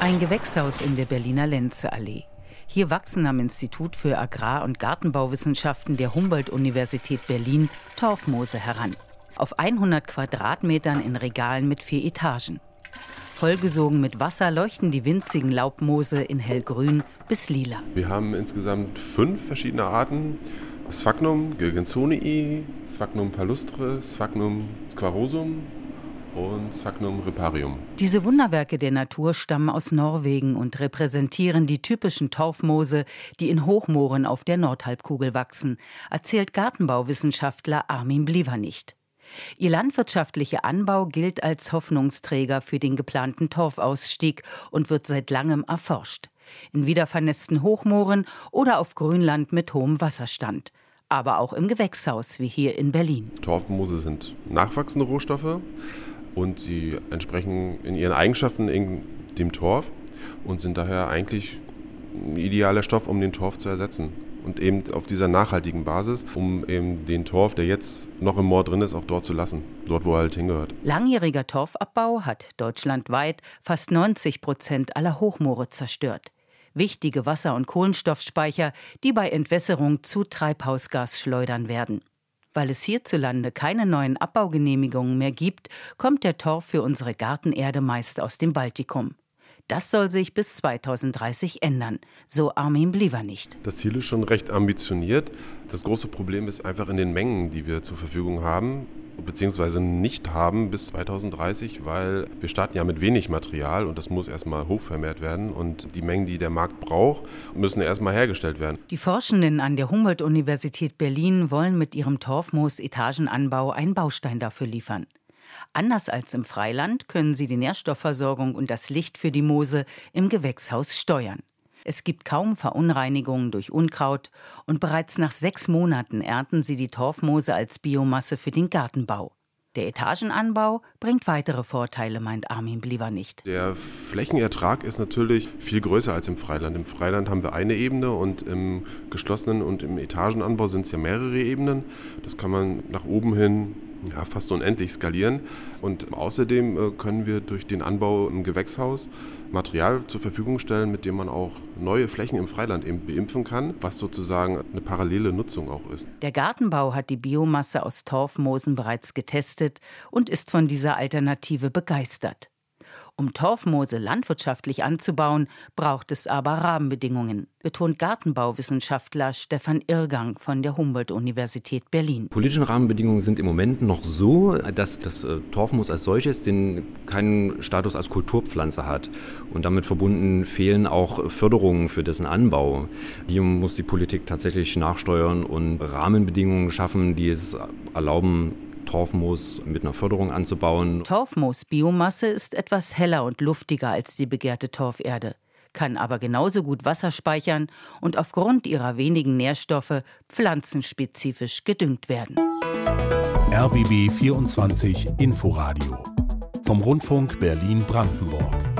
Ein Gewächshaus in der Berliner Lenzeallee. Hier wachsen am Institut für Agrar- und Gartenbauwissenschaften der Humboldt-Universität Berlin Torfmoose heran. Auf 100 Quadratmetern in Regalen mit 4 Etagen. Vollgesogen mit Wasser leuchten die winzigen Laubmoose in hellgrün bis lila. Wir haben insgesamt 5 verschiedene Arten. Sphagnum gilgensonii, Sphagnum palustre, Sphagnum squarosum und Sphagnum riparium. Diese Wunderwerke der Natur stammen aus Norwegen und repräsentieren die typischen Torfmoose, die in Hochmooren auf der Nordhalbkugel wachsen, erzählt Gartenbauwissenschaftler Armin Blivernicht. Ihr landwirtschaftlicher Anbau gilt als Hoffnungsträger für den geplanten Torfausstieg und wird seit langem erforscht. In wiedervernässten Hochmooren oder auf Grünland mit hohem Wasserstand. Aber auch im Gewächshaus, wie hier in Berlin. Torfmoose sind nachwachsende Rohstoffe und sie entsprechen in ihren Eigenschaften dem Torf und sind daher eigentlich ein idealer Stoff, um den Torf zu ersetzen. Und eben auf dieser nachhaltigen Basis, um eben den Torf, der jetzt noch im Moor drin ist, auch dort zu lassen. Dort, wo er halt hingehört. Langjähriger Torfabbau hat deutschlandweit fast 90% aller Hochmoore zerstört. Wichtige Wasser- und Kohlenstoffspeicher, die bei Entwässerung zu Treibhausgas schleudern werden. Weil es hierzulande keine neuen Abbaugenehmigungen mehr gibt, kommt der Torf für unsere Gartenerde meist aus dem Baltikum. Das soll sich bis 2030 ändern, so Armin Blivernicht. Das Ziel ist schon recht ambitioniert. Das große Problem ist einfach in den Mengen, die wir zur Verfügung haben, beziehungsweise nicht haben bis 2030, weil wir starten ja mit wenig Material und das muss erstmal hochvermehrt werden und die Mengen, die der Markt braucht, müssen erstmal hergestellt werden. Die Forschenden an der Humboldt-Universität Berlin wollen mit ihrem Torfmoos-Etagenanbau einen Baustein dafür liefern. Anders als im Freiland können sie die Nährstoffversorgung und das Licht für die Moose im Gewächshaus steuern. Es gibt kaum Verunreinigungen durch Unkraut und bereits nach 6 Monaten ernten sie die Torfmoose als Biomasse für den Gartenbau. Der Etagenanbau bringt weitere Vorteile, meint Armin Blivernicht. Der Flächenertrag ist natürlich viel größer als im Freiland. Im Freiland haben wir eine Ebene und im geschlossenen und im Etagenanbau sind es ja mehrere Ebenen. Das kann man nach oben hin fast unendlich skalieren. Und außerdem können wir durch den Anbau im Gewächshaus Material zur Verfügung stellen, mit dem man auch neue Flächen im Freiland eben beimpfen kann, was sozusagen eine parallele Nutzung auch ist. Der Gartenbau hat die Biomasse aus Torfmoosen bereits getestet und ist von dieser Alternative begeistert. Um Torfmoose landwirtschaftlich anzubauen, braucht es aber Rahmenbedingungen, betont Gartenbauwissenschaftler Stefan Irrgang von der Humboldt-Universität Berlin. Politische Rahmenbedingungen sind im Moment noch so, dass das Torfmoos als solches keinen Status als Kulturpflanze hat. Und damit verbunden fehlen auch Förderungen für dessen Anbau. Hier muss die Politik tatsächlich nachsteuern und Rahmenbedingungen schaffen, die es erlauben, Torfmoos mit einer Förderung anzubauen. Torfmoos-Biomasse ist etwas heller und luftiger als die begehrte Torferde, kann aber genauso gut Wasser speichern und aufgrund ihrer wenigen Nährstoffe pflanzenspezifisch gedüngt werden. RBB 24 Inforadio vom Rundfunk Berlin-Brandenburg.